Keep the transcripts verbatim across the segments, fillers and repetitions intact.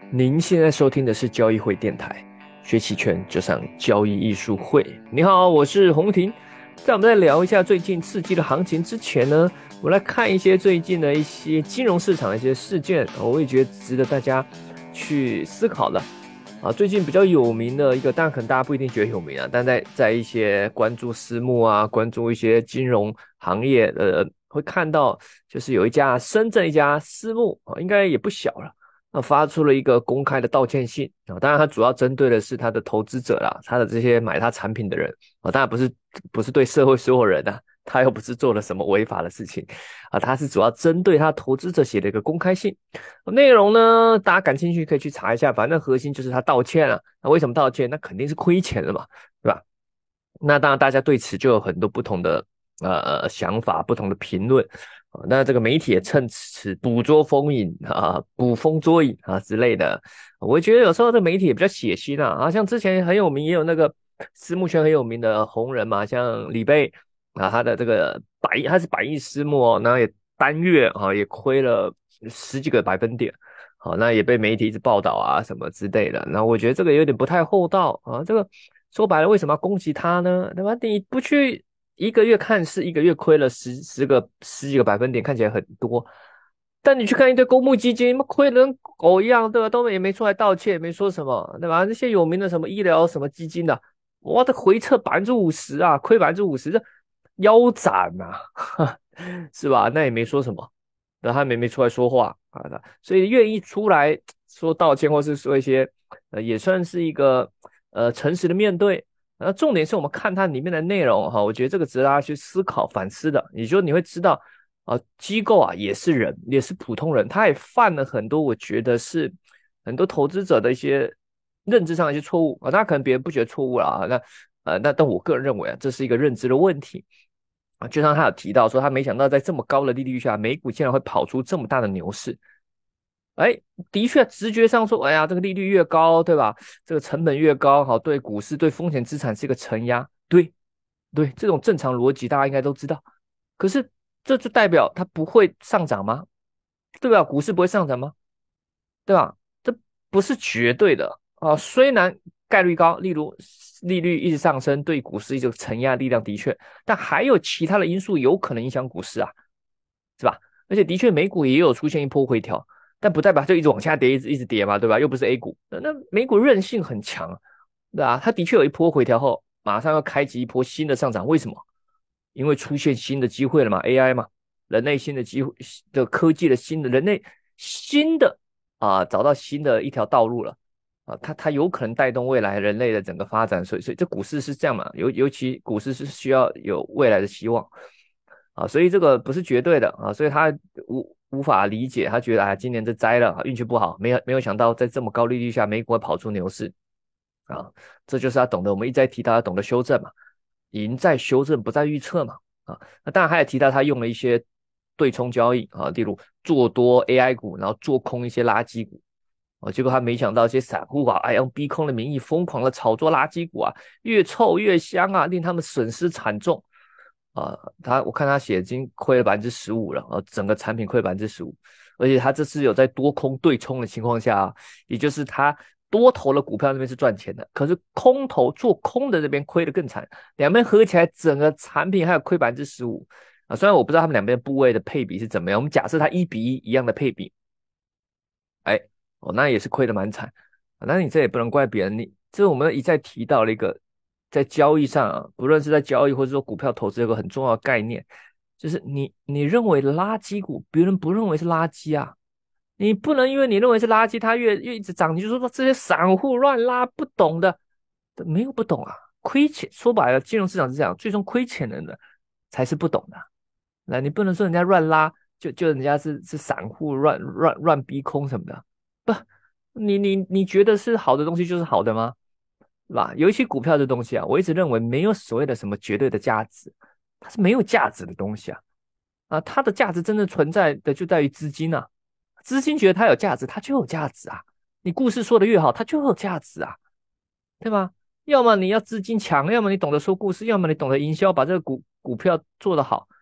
您现在收听的是交易会电台，学期权就上交易艺术会。你好，我是洪婷。在我们再聊一下最近刺激的行情之前呢，我来看一些最近的一些金融市场的一些事件，我也觉得值得大家去思考的。啊，最近比较有名的一个，当然可能大家不一定觉得有名啊，但在在一些关注私募啊，关注一些金融行业的，会看到就是有一家深圳一家私募啊，应该也不小了。那发出了一个公开的道歉信啊，当然它主要针对的是他的投资者啦，他的这些买他产品的人啊，当然不是不是对社会所有人啊，他又不是做了什么违法的事情啊，他是主要针对他投资者写的一个公开信，内容呢大家感兴趣可以去查一下，反正核心就是他道歉了，那为什么道歉？那肯定是亏钱了嘛，对吧？那当然大家对此就有很多不同的呃想法，不同的评论。那这个媒体也趁此捕捉风云啊，捕风捉影啊之类的。我觉得有时候这媒体也比较血腥啊，啊，像之前很有名，也有那个私募圈很有名的红人嘛，像李贝啊，他的这个百亿，他是百亿私募哦，然后也单月啊也亏了十几个百分点，好，那也被媒体一直报道啊什么之类的。那我觉得这个有点不太厚道啊，这个说白了为什么要攻击他呢？对吧？你不去一个月看是一个月亏了十十个十几个百分点，看起来很多，但你去看一堆公募基金，亏得跟狗一样，对吧？都也没出来道歉，也没说什么，对吧？那些有名的什么医疗什么基金的，哇，这回撤百分之五十啊，亏百分之五十，这腰斩啊，是吧？那也没说什么，然后他们也没出来说话啊，所以愿意出来说道歉，或是说一些，呃，也算是一个呃诚实的面对。那重点是我们看它里面的内容哈，我觉得这个值得大家去思考反思的。也就是你会知道啊，机构啊也是人，也是普通人，他也犯了很多我觉得是很多投资者的一些认知上的一些错误啊。那可能别人不觉得错误了啊，那呃那但我个人认为啊，这是一个认知的问题啊。就像他有提到说，他没想到在这么高的利率下，美股竟然会跑出这么大的牛市。哎，的确，直觉上说，哎呀，这个利率越高，对吧？这个成本越高，好，对股市、对风险资产是一个承压，对，对，这种正常逻辑大家应该都知道。可是，这就代表它不会上涨吗？对吧？股市不会上涨吗？对吧？这不是绝对的啊。虽然概率高，例如利率一直上升，对股市一直承压力量的确，但还有其他的因素有可能影响股市啊，是吧？而且的确，美股也有出现一波回调，但不代表就一直往下跌，一直一直跌嘛，对吧？又不是 A 股，那那美股韧性很强，对吧？它的确有一波回调后，马上要开启一波新的上涨，为什么？因为出现新的机会了嘛，A I 嘛，人类新的机会的科技的新的人类新的啊，找到新的一条道路了啊，它它有可能带动未来人类的整个发展，所以所以这股市是这样嘛，尤尤其股市是需要有未来的希望啊，所以这个不是绝对的啊，所以他无无法理解，他觉得啊，今年这栽了，运气不好，没有没有想到在这么高利率下，美股会跑出牛市啊，这就是他懂得，我们一再提到他懂得修正嘛，赢在修正，不在预测嘛啊，那当然还有提到他用了一些对冲交易啊，例如做多 A I 股，然后做空一些垃圾股。哦，结果他没想到，一些散户啊，哎，用逼空的名义疯狂的炒作垃圾股啊，越臭越香啊，令他们损失惨重啊。他我看他写已经亏了百分之十五了啊，整个产品亏百分之十五，而且他这次有在多空对冲的情况下啊，也就是他多头的股票那边是赚钱的，可是空头做空的这边亏得更惨，两边合起来整个产品还有亏百分之十五啊。虽然我不知道他们两边部位的配比是怎么样，我们假设它一比一一样的配比。哎，哦，那也是亏得蛮惨。那你这也不能怪别人，你这是我们一再提到了一个在交易上啊，不论是在交易或者说股票投资，有个很重要的概念，就是你你认为的垃圾股，别人不认为是垃圾啊。你不能因为你认为是垃圾，它越越一直涨，你就说这些散户乱拉，不懂的，没有不懂啊，亏钱。说白了，金融市场是这样，最终亏钱的人才是不懂的。那你不能说人家乱拉，就就人家是是散户乱乱乱逼空什么的，不，你你你觉得是好的东西就是好的吗？是吧？尤其股票这东西啊，我一直认为没有所谓的什么绝对的价值，它是没有价值的东西啊啊，它的价值真正存在的就在于资金啊，资金觉得它有价值，它就有价值啊。你故事说的越好，它就有价值啊，对吧？要么你要资金强，要么你懂得说故事，要么你懂得营销，把这个股股票做得好。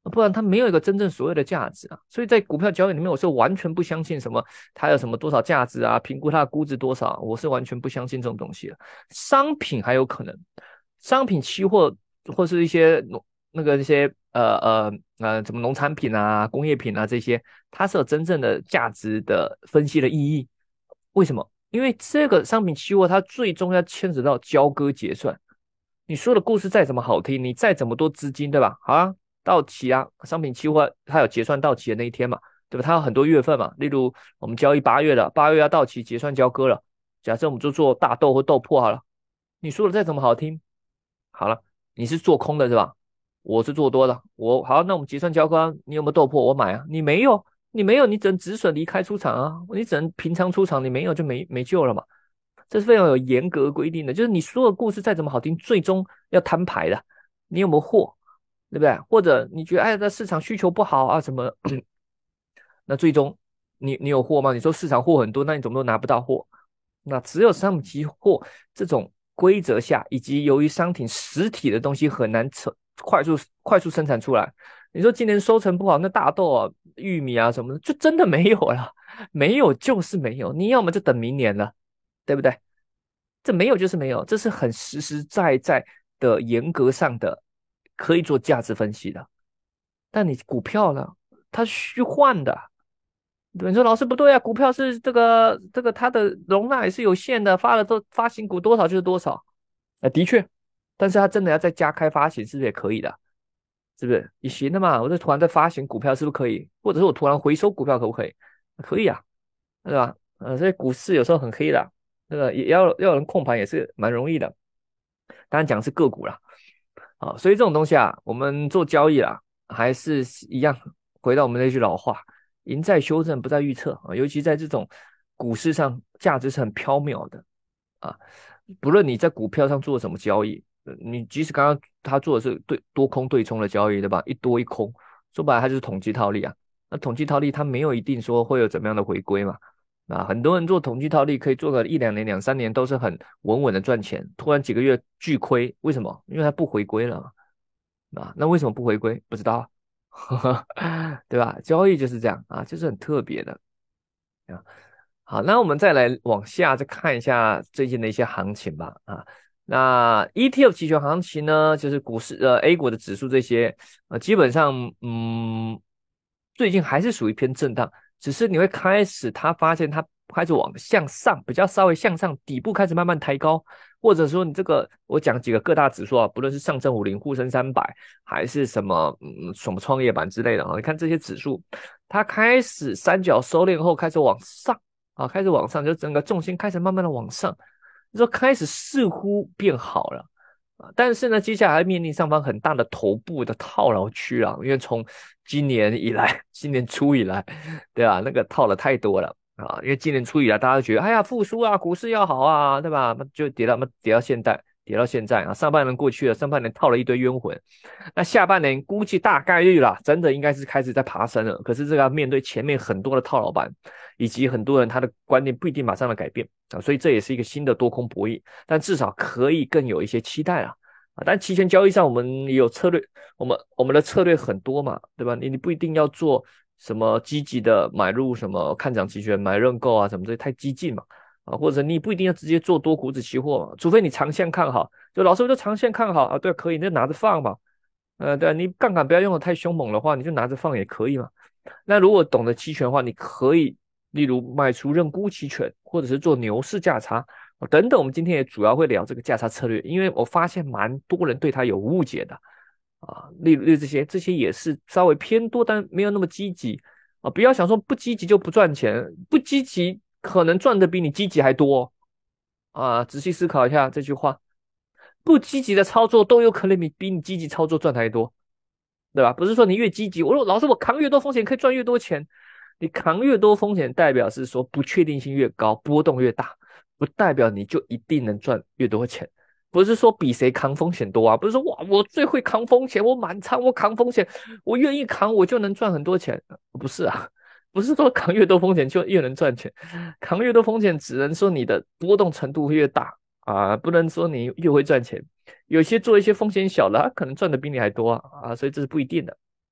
不然它没有一个真正所谓的价值啊。所以在股票交易里面，我是完全不相信什么它有什么多少价值啊，评估它的估值多少，我是完全不相信这种东西的。商品还有可能，商品期货或是一些那个一些呃呃呃什么农产品啊、工业品啊这些，它是有真正的价值的分析的意义。为什么？因为这个商品期货它最终要牵扯到交割结算。你说的故事再怎么好听，你再怎么多资金，对吧？好啊，到期啊，商品期货它有结算到期的那一天嘛，对吧？它有很多月份嘛，例如我们交易八月的，八月要到期结算交割了。假设我们就做大豆或豆粕好了，你说的再怎么好听，好了，你是做空的是吧？我是做多的，我好，那我们结算交割啊，你有没有豆粕？我买啊，你没有，你没有，你只能止损离开出场啊，你只能平仓出场，你没有就没没救了嘛。这是非常有严格规定的，就是你说的故事再怎么好听，最终要摊牌的。你有没有货，对不对？或者你觉得哎，这市场需求不好啊什么？那最终你你有货吗？你说市场货很多，那你怎么都拿不到货？那只有商品期货这种规则下，以及由于商品实体的东西很难成快速快速生产出来。你说今年收成不好，那大豆啊、玉米啊什么的，就真的没有了，没有就是没有，你要么就等明年了，对不对？这没有就是没有，这是很实实在在的严格上的可以做价值分析的。但你股票呢，它是虚幻的。对，你说老师不对啊，股票是这个这个它的容纳也是有限的，发了多发行股多少就是多少。呃，的确，但是它真的要再加开发行，是不是也可以的？是不是也行的嘛？我这突然在发行股票，是不是可以？或者是我突然回收股票，可不可以？可以啊，对吧？呃，所以股市有时候很黑的，那个也要要有人控盘也是蛮容易的。当然讲的是个股啦，啊，所以这种东西啊，我们做交易啦，还是一样，回到我们那句老话，赢在修正，不在预测啊。尤其在这种股市上，价值是很缥缈的啊。不论你在股票上做什么交易，呃你即使刚刚他做的是对多空对冲的交易，对吧？一多一空，说白了它就是统计套利啊。那统计套利它没有一定说会有怎么样的回归嘛。啊，很多人做统计套利可以做个一两年、两三年都是很稳稳的赚钱，突然几个月巨亏，为什么？因为它不回归了嘛。啊，那为什么不回归？不知道啊，对吧？交易就是这样啊，就是很特别的啊。好，那我们再来往下再看一下最近的一些行情吧。啊，那 E T F 期权行情呢，就是股市呃 A 股的指数这些，呃，基本上嗯，最近还是属于偏震荡。只是你会开始，他发现他开始往向上，比较稍微向上，底部开始慢慢抬高，或者说你这个我讲几个各大指数啊，不论是上证五零、沪深三百，还是什么嗯什么创业板之类的啊，你看这些指数，它开始三角收敛后开始往上啊，开始往上，就整个重心开始慢慢的往上，就说开始似乎变好了。啊，但是呢，接下来还面临上方很大的头部的套牢区啊，因为从今年以来，今年初以来，对吧？那个套了太多了啊，因为今年初以来，大家都觉得，哎呀，复苏啊，股市要好啊，对吧？那就跌到那跌到现在，跌到现在啊，上半年过去了，上半年套了一堆冤魂，那下半年估计大概率啦，真的应该是开始在爬升了。可是这个要面对前面很多的套牢板，以及很多人他的观念不一定马上的改变啊，所以这也是一个新的多空博弈，但至少可以更有一些期待啦。啊，但期权交易上我们也有策略，我们我们的策略很多嘛，对吧？你你不一定要做什么积极的买入什么看涨期权买认购啊什么这些太激进嘛。啊，或者你不一定要直接做多股指期货嘛，除非你长线看好，就老师我就长线看好啊，对，可以，你就拿着放嘛。呃，对啊，你杠杆不要用的太凶猛的话，你就拿着放也可以嘛。那如果懂得期权的话，你可以例如卖出认沽期权，或者是做牛市价差等等。我们今天也主要会聊这个价差策略，因为我发现蛮多人对它有误解的啊。例如这些，这些也是稍微偏多，但没有那么积极啊。不要想说不积极就不赚钱，不积极可能赚的比你积极还多啊。仔细思考一下这句话。不积极的操作都有可能比比你积极操作赚还多，对吧？不是说你越积极，我说老师我扛越多风险可以赚越多钱，你扛越多风险代表是说不确定性越高，波动越大，不代表你就一定能赚越多钱。不是说比谁扛风险多啊，不是说哇我最会扛风险，我满仓我扛风险，我愿意扛我就能赚很多钱，不是啊。不是说扛越多风险就越能赚钱，扛越多风险只能说你的波动程度越大啊，不能说你越会赚钱。有些做一些风险小的，他可能赚的比你还多啊，啊，所以这是不一定的。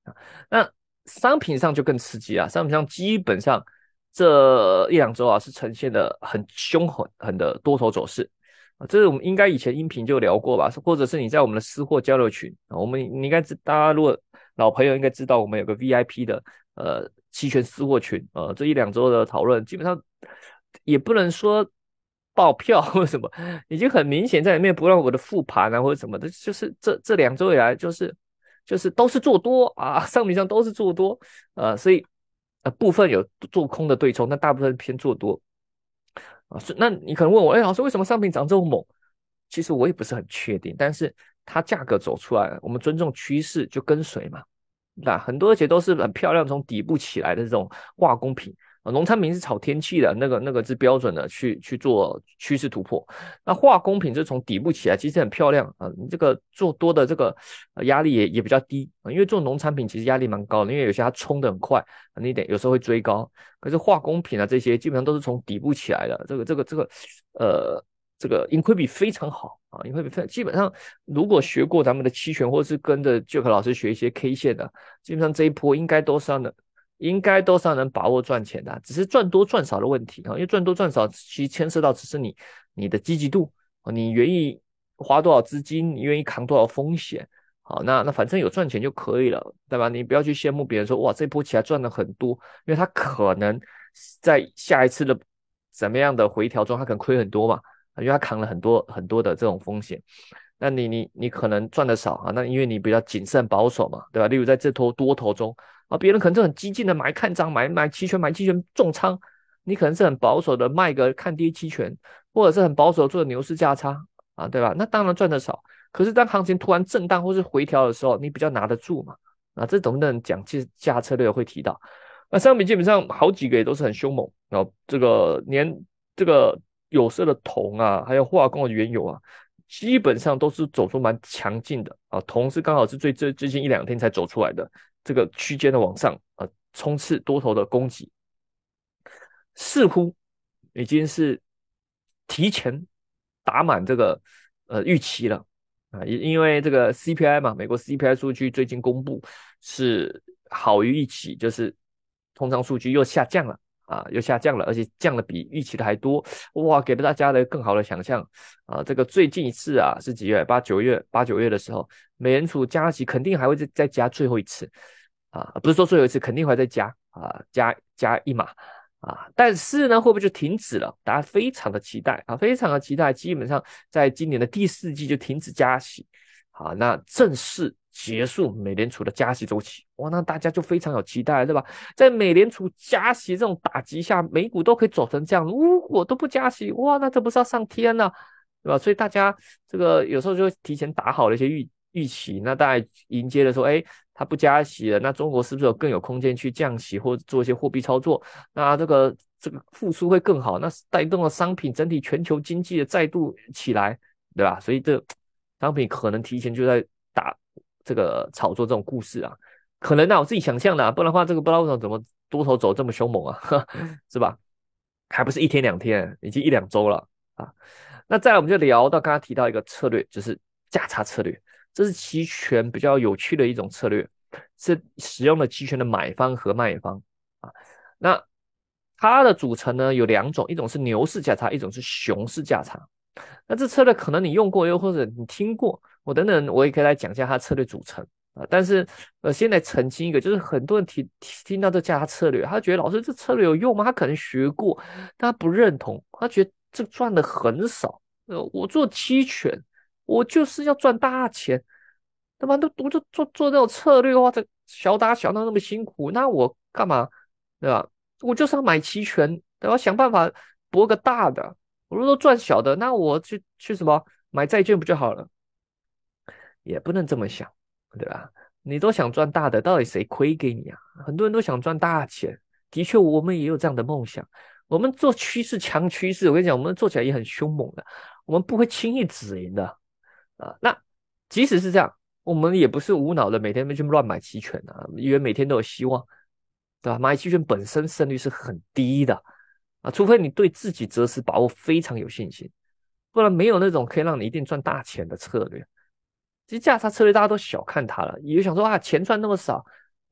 那商品上就更刺激啊，商品上基本上这一两周啊是呈现的很凶狠狠的多头走势啊，这是我们应该以前音频就聊过吧，或者是你在我们的私货交流群啊，我们你应该知，大家如果老朋友应该知道，我们有个 V I P 的呃期权私货群，呃这一两周的讨论基本上也不能说爆票或者什么，已经很明显在里面不让我的复盘啊或者什么的，就是这这两周以来就是就是都是做多啊，商品上都是做多，呃，所以呃部分有做空的对冲，但大部分偏做多啊。是那你可能问我，哎，老师为什么商品涨这么猛？其实我也不是很确定，但是它价格走出来了，我们尊重趋势就跟随嘛。那很多而且都是很漂亮从底部起来的这种化工品啊，农产品是炒天气的，那个那个是标准的去去做趋势突破。那化工品是从底部起来，其实很漂亮啊，你这个做多的这个呃压力也也比较低啊，因为做农产品其实压力蛮高的，因为有些它冲的很快，你得有时候会追高。可是化工品啊这些基本上都是从底部起来的，这个这个这个呃。这个盈亏比非常好啊，盈亏比非常，基本上如果学过咱们的期权，或是跟着 Jack 老师学一些 K 线的，基本上这一波应该都是要能，应该都是要能把握赚钱的啊，只是赚多赚少的问题啊。因为赚多赚少其实牵涉到只是你你的积极度啊，你愿意花多少资金，你愿意扛多少风险。好，那那反正有赚钱就可以了，对吧？你不要去羡慕别人说哇这波起来赚了很多，因为他可能在下一次的怎么样的回调中，他可能亏很多嘛。因为他扛了很多很多的这种风险，那你你你可能赚的少啊，那因为你比较谨慎保守嘛，对吧？例如在这头多头中啊，别人可能就很激进的买看涨，买买期权，买期权重仓，你可能是很保守的卖个看跌期权，或者是很保守做牛市价差啊，对吧？那当然赚的少，可是当行情突然震荡或是回调的时候，你比较拿得住嘛？啊，这等等讲价价策略会提到。那商品基本上好几个也都是很凶猛，然后这个年这个有色的铜啊，还有化工的原油啊，基本上都是走出蛮强劲的啊。铜是刚好是最最最近一两天才走出来的这个区间的往上啊，冲刺多头的攻击，似乎已经是提前打满这个呃预期了啊，因因为这个 C P I 嘛，美国 C P I 数据最近公布是好于预期，就是通胀数据又下降了。啊，又下降了，而且降的比预期的还多，哇，给了大家的更好的想象啊。这个最近一次啊是几月？八九月，八九月的时候，美联储加息肯定还会再再加最后一次啊，不是说最后一次，肯定会再加啊，加加一码啊。但是呢，会不会就停止了？大家非常的期待啊，非常的期待，基本上在今年的第四季就停止加息。好，那正式结束美联储的加息周期，哇，那大家就非常有期待，对吧？在美联储加息这种打击下，美股都可以走成这样，如果都不加息，哇，那这不是要上天了，对吧？所以大家这个有时候就会提前打好了一些预预期，那大家迎接了说，哎，它不加息了，那中国是不是有更有空间去降息或者做一些货币操作？那这个这个复苏会更好，那带动了商品整体全球经济的再度起来，对吧？所以这商品可能提前就在打这个炒作这种故事啊，可能啊我自己想象的啊，不然的话这个不知道为什么怎么多头走这么凶猛啊，是吧？还不是一天两天，已经一两周了啊。那再来我们就聊到刚刚提到一个策略，就是价差策略，这是期权比较有趣的一种策略，是使用了期权的买方和卖方啊。那它的组成呢有两种，一种是牛市价差，一种是熊市价差。那这策略可能你用过，又或者你听过，我等等我也可以来讲一下它策略组成啊。但是呃，先来澄清一个，就是很多人听听到这价差策略，他觉得老师这策略有用吗？他可能学过，但他不认同，他觉得这赚的很少。呃，我做期权，我就是要赚大钱，对吧？都我就做做这种策略的话，这小打小闹那么辛苦，那我干嘛？对吧？我就是要买期权，对吧？想办法博个大的。我如果赚小的，那我去去什么买债券不就好了？也不能这么想，对吧？你都想赚大的，到底谁亏给你啊？很多人都想赚大钱，的确，我们也有这样的梦想。我们做趋势强趋势，我跟你讲，我们做起来也很凶猛的，我们不会轻易止盈的啊。那即使是这样，我们也不是无脑的每天去乱买期权啊，因为每天都有希望，对吧？买期权本身胜率是很低的啊，除非你对自己择时把握非常有信心，不然没有那种可以让你一定赚大钱的策略。其实价差策略大家都小看它了，也就想说啊，钱赚那么少，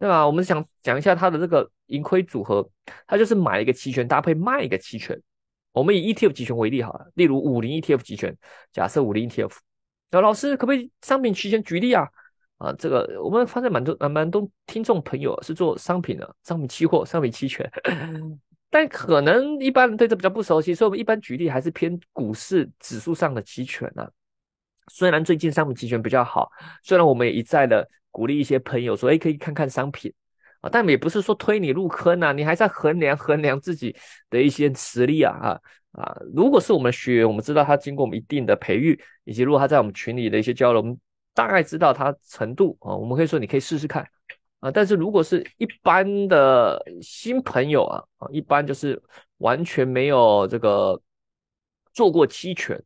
对吧？我们想讲一下它的这个盈亏组合，它就是买一个期权搭配卖一个期权。我们以 E T F 期权为例好了，例如五零 E T F 期权，假设五零 E T F，那老师可不可以商品期权举例啊？啊，这个我们发现蛮多蛮多听众朋友是做商品的，商品期货、商品期权，但可能一般人对这比较不熟悉，所以我们一般举例还是偏股市指数上的期权啊。虽然最近商品期权比较好，虽然我们也一再的鼓励一些朋友说，哎，可以看看商品啊，但也不是说推你入坑啊，你还是要衡量衡量自己的一些实力啊啊啊！如果是我们的学员，我们知道他经过我们一定的培育，以及如果他在我们群里的一些交流，我们大概知道他程度啊，我们可以说你可以试试看啊。但是如果是一般的新朋友啊啊，一般就是完全没有这个做过期权。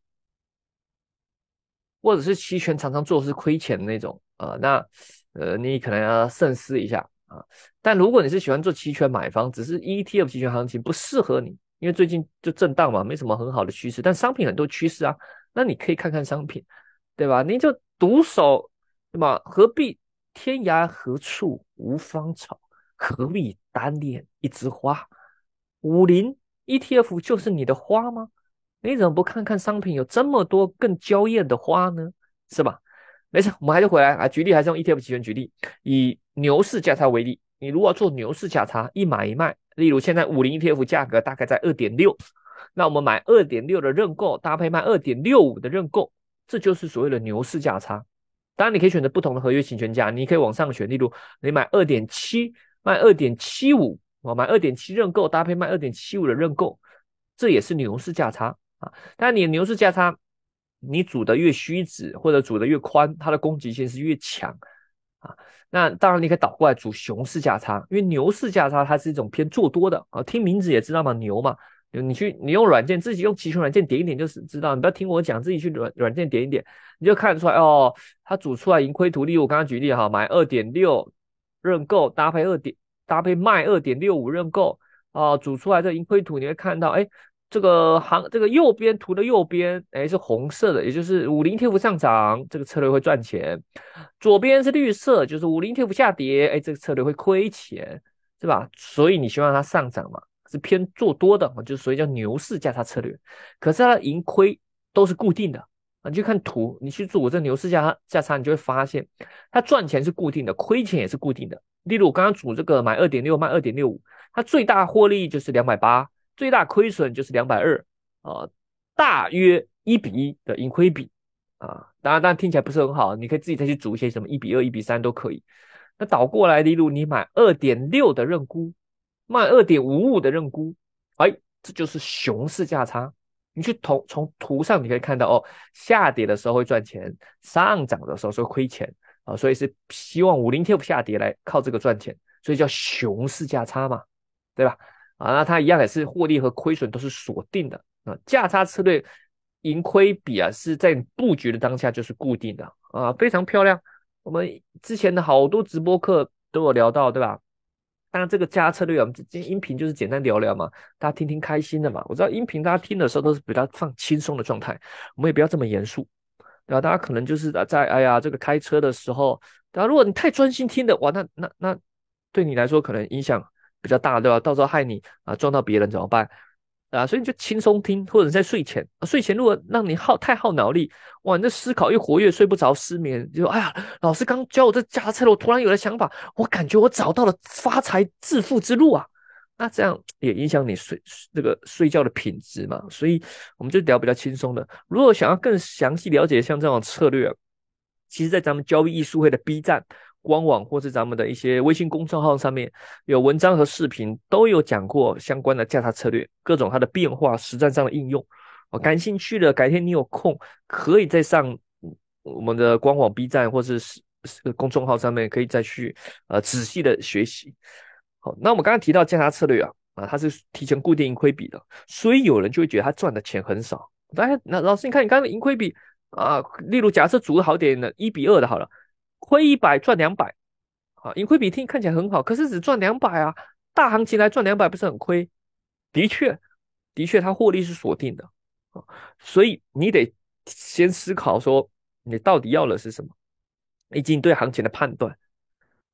或者是期权常常做是亏钱的那种啊、呃那呃你可能要慎思一下啊。但如果你是喜欢做期权买方，只是 E T F 期权行情不适合你，因为最近就震荡嘛，没什么很好的趋势，但商品很多趋势啊，那你可以看看商品，对吧？你就独守，对吧？何必天涯何处无芳草，何必单恋一枝花？五零 E T F 就是你的花吗？你怎么不看看商品有这么多更娇艳的花呢？是吧？没事，我们还是回来啊，举例还是用 E T F 期权举例，以牛市价差为例，你如果要做牛市价差，一买一卖，例如现在五零 E T F 价格大概在二点六，那我们买二点六的认购，搭配卖二点六五的认购，这就是所谓的牛市价差。当然，你可以选择不同的合约行权价，你可以往上选，例如你买二点七，卖二点七五，我买二点七认购，搭配卖二点七五的认购，这也是牛市价差啊。但你的牛市价差，你组的越虚值或者组的越宽，它的攻击性是越强啊。那当然，你可以倒过来组熊市价差，因为牛市价差它是一种偏做多的啊，听名字也知道嘛，牛嘛。你去，你用软件自己用期权软件点一点就是知道，你不要听我讲，自己去软软件点一点，你就看得出来哦。它组出来盈亏图，例如我刚刚举例哈，买二点六认购搭配二点搭配卖二点六五认购啊，组出来这盈亏图你会看到，哎，这个行这个右边图的右边，哎是红色的，也就是五零 T F 上涨，这个策略会赚钱；左边是绿色，就是五零 T F 下跌，哎，这个策略会亏钱，是吧？所以你希望它上涨嘛，是偏做多的，就是所以叫牛市价差策略。可是它的盈亏都是固定的。你去看图，你去做我这牛市价价差，你就会发现，它赚钱是固定的，亏钱也是固定的。例如我刚刚组这个买二点六卖二点六五，它最大获利就是两百八，最大亏损就是两百二，啊，大约一比一的盈亏比啊。当然，当然听起来不是很好，你可以自己再去组一些什么一比二、一比三都可以。那倒过来，例如你买二点六的认沽，卖二点五五的认沽，哎，这就是熊市价差。你去从从图上你可以看到哦，下跌的时候会赚钱，上涨的时候是会亏钱啊，所以是希望五零 T F 下跌来靠这个赚钱，所以叫熊市价差嘛，对吧？啊，那它一样也是获利和亏损都是锁定的啊，价差策略盈亏比啊是在布局的当下就是固定的啊，非常漂亮。我们之前的好多直播课都有聊到，对吧？当然，这个加策略啊，我们今天音频就是简单聊聊嘛，大家听听开心的嘛。我知道音频大家听的时候都是比较放轻松的状态，我们也不要这么严肃，对吧？大家可能就是在哎呀这个开车的时候，对吧？如果你太专心听的，哇，那那那对你来说可能影响比较大，对吧？到时候害你啊撞到别人怎么办？啊，所以你就轻松听，或者在睡前，啊睡前如果让你耗太耗脑力，哇，你这思考越活跃，睡不着，失眠，就哎呀，老师刚教我这驾车了，我突然有了想法，我感觉我找到了发财致富之路啊，那这样也影响你睡这个睡觉的品质嘛，所以我们就聊比较轻松的。如果想要更详细了解像这种策略啊，其实在咱们交易艺术会的 B 站官网或是咱们的一些微信公众号上面有文章和视频都有讲过相关的价差策略，各种它的变化、实战上的应用。哦，感兴趣的，改天你有空可以再上我们的官网 B 站或是是公众号上面，可以再去呃仔细的学习。好，那我们刚刚提到价差策略啊，啊，它是提前固定盈亏比的，所以有人就会觉得他赚的钱很少。哎，那老师你看你刚刚的盈亏比啊，例如假设组的好点的一比二的好了，亏一百赚两百，啊，盈亏比听看起来很好，可是只赚两百啊，大行情来赚两百不是很亏？的确，的确，它获利是锁定的啊，所以你得先思考说你到底要的是什么，以及你对行情的判断。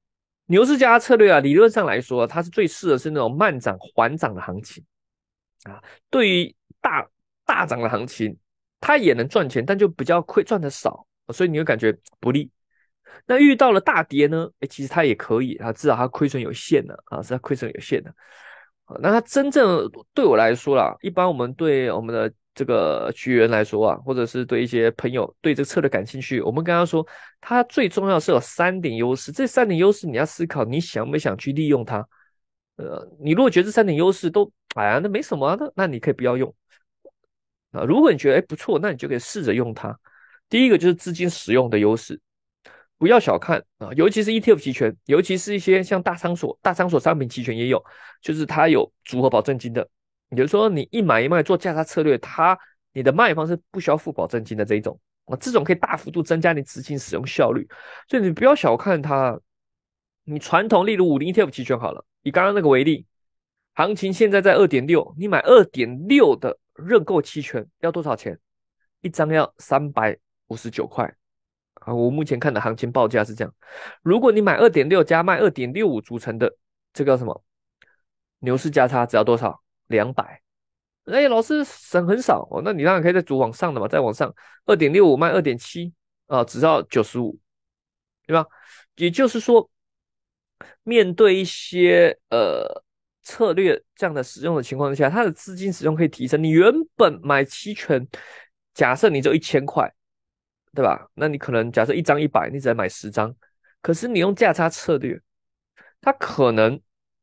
牛市价差策略啊，理论上来说，它是最适合是那种慢涨缓涨的行情啊。对于大大涨的行情，它也能赚钱，但就比较亏，赚的少，所以你会感觉不利。那遇到了大跌呢？哎，其实它也可以啊，至少它亏损有限的啊，是它亏损有限的。啊那它真正对我来说啦，一般我们对我们的这个学员来说啊，或者是对一些朋友对这个策略感兴趣，我们跟他说，它最重要是有三点优势，这三点优势你要思考，你想不想去利用它？呃，你如果觉得这三点优势都，哎呀，那没什么啊，那那你可以不要用啊。如果你觉得哎不错，那你就可以试着用它。第一个就是资金使用的优势。不要小看啊，尤其是 E T F 期权，尤其是一些像大仓所、大仓所商品期权也有，就是它有组合保证金的。也就是说，你一买一卖做价差策略，它你的卖方是不需要付保证金的这一种啊，这种可以大幅度增加你资金使用效率。所以你不要小看它。你传统，例如五零 E T F 期权好了，以刚刚那个为例，行情现在在二点六，你买二点六的认购期权要多少钱？一张要三百五十九块。啊，我目前看的行情报价是这样。如果你买二点六加卖二点六五组成的这个什么牛市价差，只要多少？两百。哎，老师省很少哦，那你当然可以再组往上的嘛，再往上，二点六五卖二点七啊，只要九十五，对吧？也就是说，面对一些呃策略这样的使用的情况下，它的资金使用可以提升。你原本买期权，假设你只有一千块，对吧？那你可能假设一张一百，你只能买十张，可是你用价差策略，它可能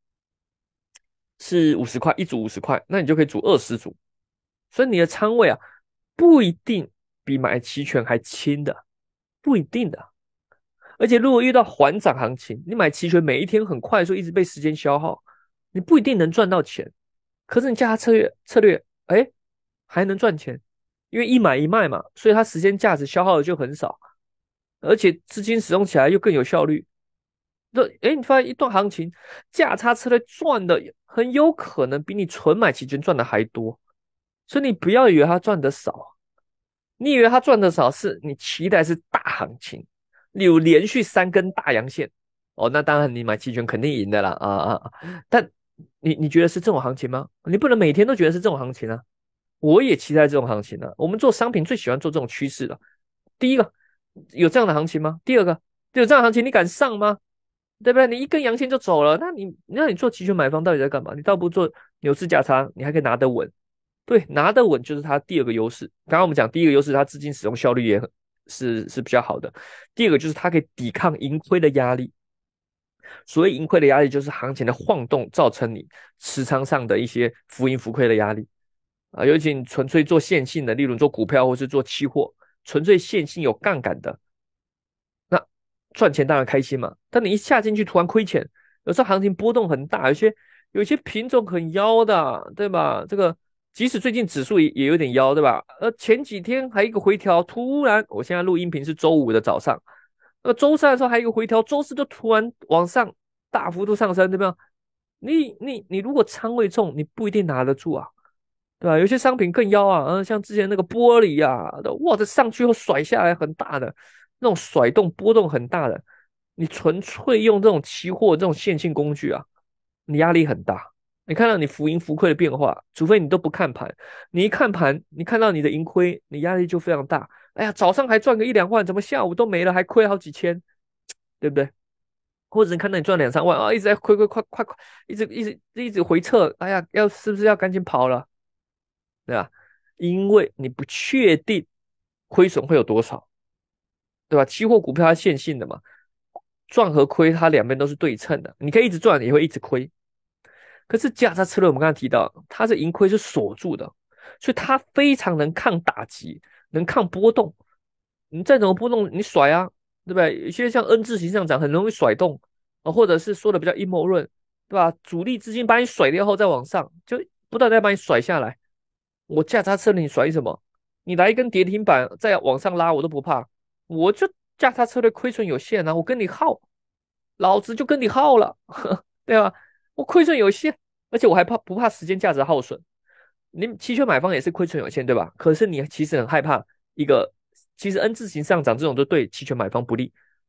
是五十块一组五十块，那你就可以组二十组，所以你的仓位啊不一定比买期权还轻的，不一定的。而且如果遇到缓涨行情，你买期权每一天很快速，一直被时间消耗，你不一定能赚到钱。可是你加策略策略，哎，还能赚钱，因为一买一卖嘛，所以它时间价值消耗的就很少，而且资金使用起来又更有效率。这哎，你发现一段行情价差策略赚的很有可能比你纯买期权赚的还多，所以你不要以为它赚的少，你以为它赚的少是你期待是大行情，例如连续三根大阳线，哦，那当然你买期权肯定赢的啦啊啊！啊但你你觉得是这种行情吗？你不能每天都觉得是这种行情啊！我也期待这种行情啊！我们做商品最喜欢做这种趋势了。第一个，有这样的行情吗？第二个，有这样的行情你敢上吗？对不对？你一根阳线就走了，那你那你做期权买方到底在干嘛？你倒不如做牛市价差，你还可以拿得稳。对，拿得稳就是它第二个优势。刚刚我们讲第一个优势，它资金使用效率也很是是比较好的。第二个就是它可以抵抗盈亏的压力。所谓盈亏的压力，就是行情的晃动造成你持仓上的一些浮盈浮亏的压力啊。尤其你纯粹做线性的，例如做股票或是做期货，纯粹线性有杠杆的，那赚钱当然开心嘛。但你一下进去突然亏钱，有时候行情波动很大，有些有些品种很妖的，对吧？这个即使最近指数也也有点妖，对吧？呃，前几天还有一个回调，突然我现在录音频是周五的早上。那周三的时候还有一个回调，周四就突然往上大幅度上升，对吧？你你你如果仓位重，你不一定拿得住啊，对吧？有些商品更妖啊，嗯，像之前那个玻璃啊，哇，这上去后甩下来很大的，那种甩动波动很大的，你纯粹用这种期货这种线性工具啊，你压力很大。你看到你浮盈浮亏的变化，除非你都不看盘，你一看盘，你看到你的盈亏，你压力就非常大。哎呀，早上还赚个一两万，怎么下午都没了，还亏好几千，对不对？或者你看到你赚两三万啊，一直在亏亏快快快，一直一直一直回撤，哎呀，要是不是要赶紧跑了，对吧？因为你不确定亏损会有多少，对吧？期货股票它线性的嘛，赚和亏它两边都是对称的，你可以一直赚，也会一直亏。可是价差策略我们刚才提到，它是盈亏是锁住的，所以它非常能抗打击，能抗波动。你再怎么波动，你甩啊，对不对？有些像 N 字形上涨很容易甩动啊，或者是说的比较阴谋论，对吧？主力资金把你甩掉后再往上，就不断在把你甩下来。我价差策略你甩什么？你来一根跌停板再往上拉我都不怕，我就价差策略亏损有限啊，我跟你耗，老子就跟你耗了，对吧？我亏损有限，而且我还怕不怕时间价值耗损？你期权买方也是亏损有限，对吧？可是你其实很害怕一个，其实 N 字形上涨这种就对期权买方不利，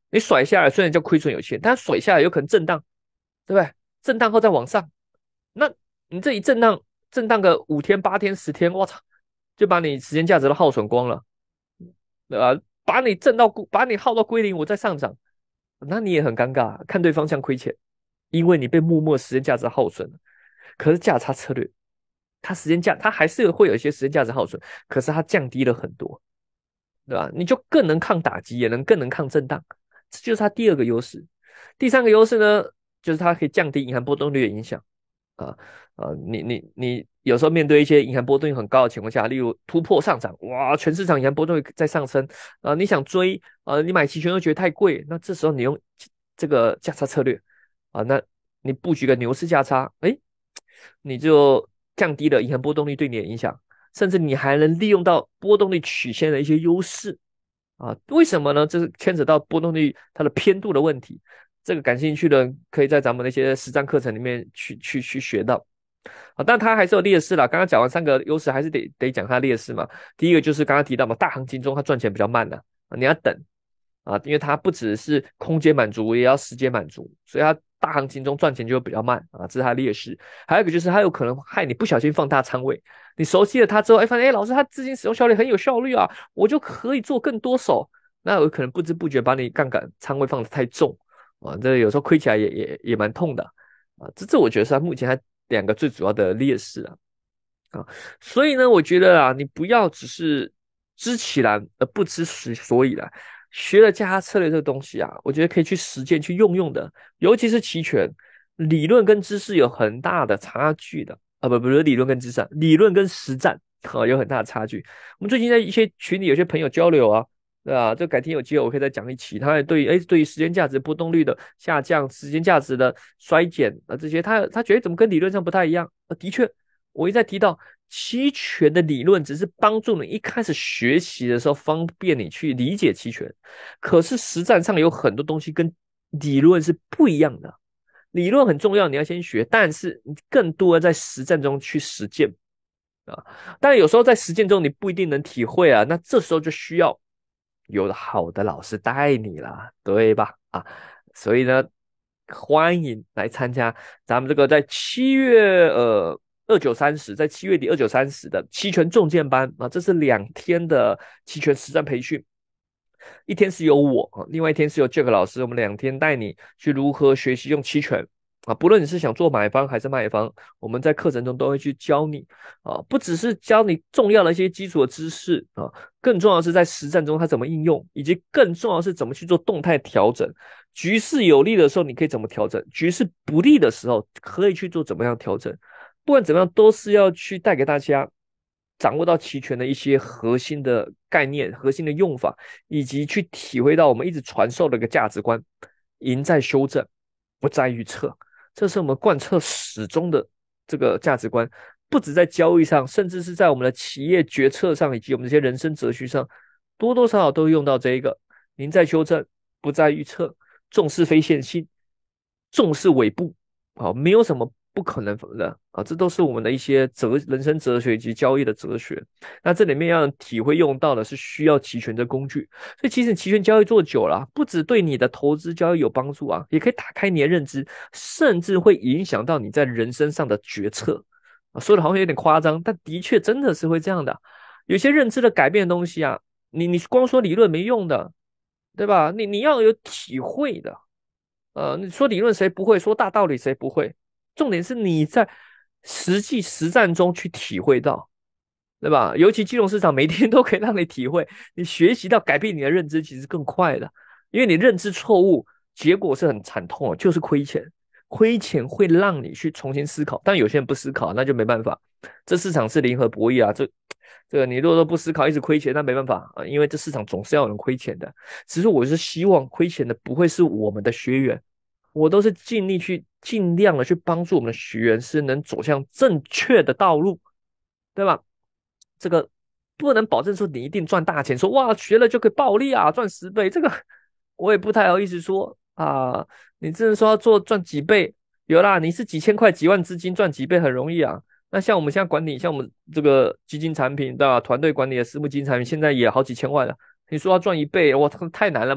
你甩下来虽然叫亏损有限，但甩下来有可能震荡，对不对？震荡后再往上，那你这一震荡，震荡个五天、八天、十天，我操，就把你时间价值都耗损光了，对吧？把你震到，把你耗到归零，我再上涨，那你也很尴尬，看对方向亏钱，因为你被默默时间价值耗损了。可是价差策略，它时间价，它还是会有一些时间价值耗损，可是它降低了很多，对吧？你就更能抗打击，也能更能抗震荡，这就是它第二个优势。第三个优势呢，就是它可以降低银行波动率的影响。啊啊，你你你有时候面对一些银行波动率很高的情况下，例如突破上涨，哇，全市场银行波动率在上升，啊，你想追，啊，你买期权又觉得太贵，那这时候你用这个价差策略，啊，那你布局个牛市价差，哎，你就降低了银行波动率对你的影响，甚至你还能利用到波动率曲线的一些优势，啊，为什么呢？这是牵扯到波动率它的偏度的问题。这个感兴趣的可以在咱们那些实战课程里面去去去学到。啊，但它还是有劣势啦。刚刚讲完三个优势，还是得得讲它劣势嘛。第一个就是刚刚提到嘛，大行情中它赚钱比较慢的，啊，你要等啊，因为它不只是空间满足，也要时间满足，所以它大行情中赚钱就会比较慢啊，这是它的劣势。还有一个就是它有可能害你不小心放大仓位，你熟悉了它之后，哎，发现哎，老师它资金使用效率很有效率啊，我就可以做更多手，那有可能不知不觉把你杠杆仓位放得太重。啊，这有时候亏起来也也也蛮痛的啊，这这我觉得是它目前它两个最主要的劣势啊啊，所以呢，我觉得啊，你不要只是知其然而不知所以然，学了价差策略这个东西啊，我觉得可以去实践去用用的，尤其是期权，理论跟知识有很大的差距的啊，不不是理论跟知识，理论跟实战啊有很大的差距。我们最近在一些群里有些朋友交流啊。对啊，这改天有机会我可以再讲一期。他对于哎，对于时间价值波动率的下降、时间价值的衰减啊这些，他他觉得怎么跟理论上不太一样？啊，的确，我一再提到期权的理论只是帮助你一开始学习的时候方便你去理解期权，可是实战上有很多东西跟理论是不一样的。理论很重要，你要先学，但是你更多的在实战中去实践啊。但有时候在实践中你不一定能体会啊，那这时候就需要。有好的老师带你了，对吧？啊，所以呢，欢迎来参加咱们这个在七月呃二九三十，在七月底二九三十的期权重建班啊，这是两天的期权实战培训，一天是由我，另外一天是由 Jack 老师，我们两天带你去如何学习用期权。啊，不论你是想做买方还是卖方，我们在课程中都会去教你啊，不只是教你重要的一些基础的知识啊，更重要的是在实战中它怎么应用，以及更重要的是怎么去做动态调整。局势有利的时候你可以怎么调整，局势不利的时候可以去做怎么样调整。不管怎么样，都是要去带给大家掌握到期权的一些核心的概念、核心的用法，以及去体会到我们一直传授的一个价值观：赢在修正，不在预测。这是我们贯彻始终的这个价值观，不止在交易上，甚至是在我们的企业决策上，以及我们这些人生哲学上，多多少少都用到这一个。您在修正，不在预测，重视非线性，重视尾部，好，没有什么不可能的啊，这都是我们的一些哲人生哲学以及交易的哲学。那这里面要体会用到的是需要期权的工具，所以其实期权交易做久了，不只对你的投资交易有帮助啊，也可以打开你的认知，甚至会影响到你在人生上的决策啊。说的好像有点夸张，但的确真的是会这样的。有些认知的改变的东西啊，你你光说理论没用的，对吧？你你要有体会的。呃，你说理论谁不会？说大道理谁不会？重点是你在实际实战中去体会到，对吧？尤其金融市场每天都可以让你体会，你学习到改变你的认知，其实更快的，因为你认知错误，结果是很惨痛的，就是亏钱。亏钱会让你去重新思考，但有些人不思考，那就没办法。这市场是零和博弈啊，这这个你如果说不思考，一直亏钱，那没办法啊，因为这市场总是要有人亏钱的。只是我是希望亏钱的不会是我们的学员，我都是尽力去尽量的去帮助我们的学员是能走向正确的道路，对吧？这个不能保证说你一定赚大钱，说哇学了就可以暴利啊，赚十倍，这个我也不太好意思说啊。你真的说要做赚几倍，有啦，你是几千块几万资金赚几倍很容易啊。那像我们现在管理，像我们这个基金产品对吧？团队管理的私募基金产品，现在也好几千万了。你说要赚一倍，哇，太难了吧？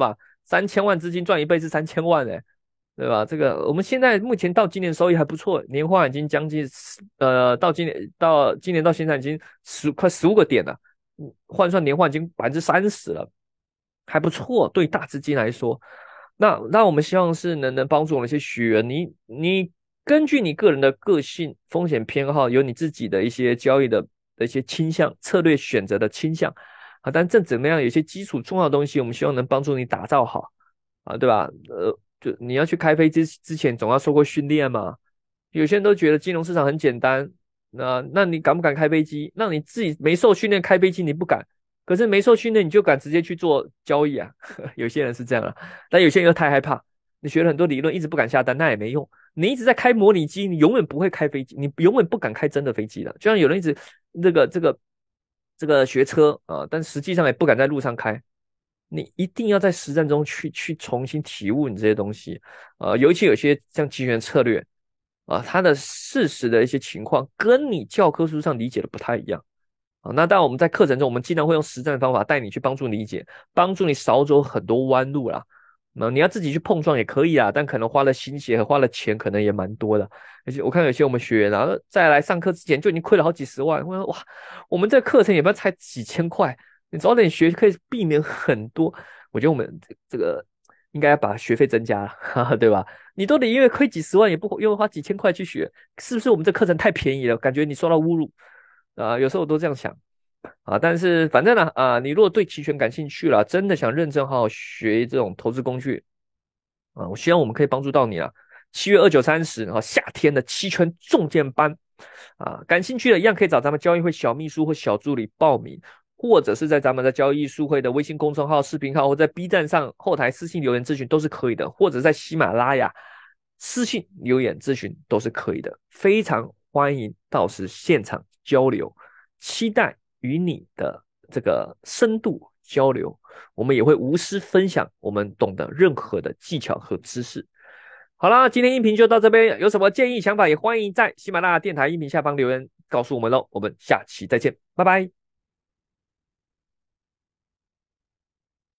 三千万资金赚一倍是三千万哎、欸，对吧？这个我们现在目前到今年收益还不错，年化已经将近呃到今年到今年到现在已经十快十五个点了，换算年化已经百分之三十了，还不错，对大资金来说。那那我们希望是能能帮助我们一些学员，你你根据你个人的个性、风险偏好，有你自己的一些交易的的一些倾向、策略选择的倾向啊。但这怎么样？有些基础重要的东西，我们希望能帮助你打造好啊，对吧？呃，就你要去开飞之之前，总要受过训练嘛。有些人都觉得金融市场很简单，那那你敢不敢开飞机？那你自己没受训练开飞机，你不敢。可是没受训练，你就敢直接去做交易啊？有些人是这样啊，但有些人又太害怕，你学了很多理论，一直不敢下单，那也没用。你一直在开模拟机，你永远不会开飞机，你永远不敢开真的飞机的。就像有人一直这个这个这个学车啊，但实际上也不敢在路上开。你一定要在实战中去去重新体悟你这些东西，呃，尤其有些像期权策略啊，它的事实的一些情况跟你教科书上理解的不太一样。啊，那当然我们在课程中，我们尽量会用实战的方法带你去帮助理解，帮助你少走很多弯路啦。那你要自己去碰撞也可以啊，但可能花了心血和花了钱，可能也蛮多的。而且我看有些我们学员啊，在来上课之前就已经亏了好几十万。我说哇，我们这课程也不要才几千块，你早点学可以避免很多。我觉得我们这个应该要把学费增加了，哈哈，对吧？你都得因为亏几十万也不因为花几千块去学，是不是我们这课程太便宜了？感觉你受到侮辱啊、呃？有时候我都这样想。啊，但是反正呢，啊，你如果对期权感兴趣了，真的想认真好好学这种投资工具啊，我希望我们可以帮助到你啊。七月二九三十，然后夏天的期权重剑班啊，感兴趣的一样可以找咱们交易会小秘书或小助理报名，或者是在咱们的交易术会的微信公众号、视频号，或在 B 站上后台私信留言咨询都是可以的，或者在喜马拉雅私信留言咨询都是可以的，非常欢迎到时现场交流，期待与你的这个深度交流，我们也会无私分享我们懂得任何的技巧和知识。好啦，今天音频就到这边，有什么建议想法也欢迎在喜马拉雅电台音频下方留言告诉我们喽。我们下期再见，拜拜。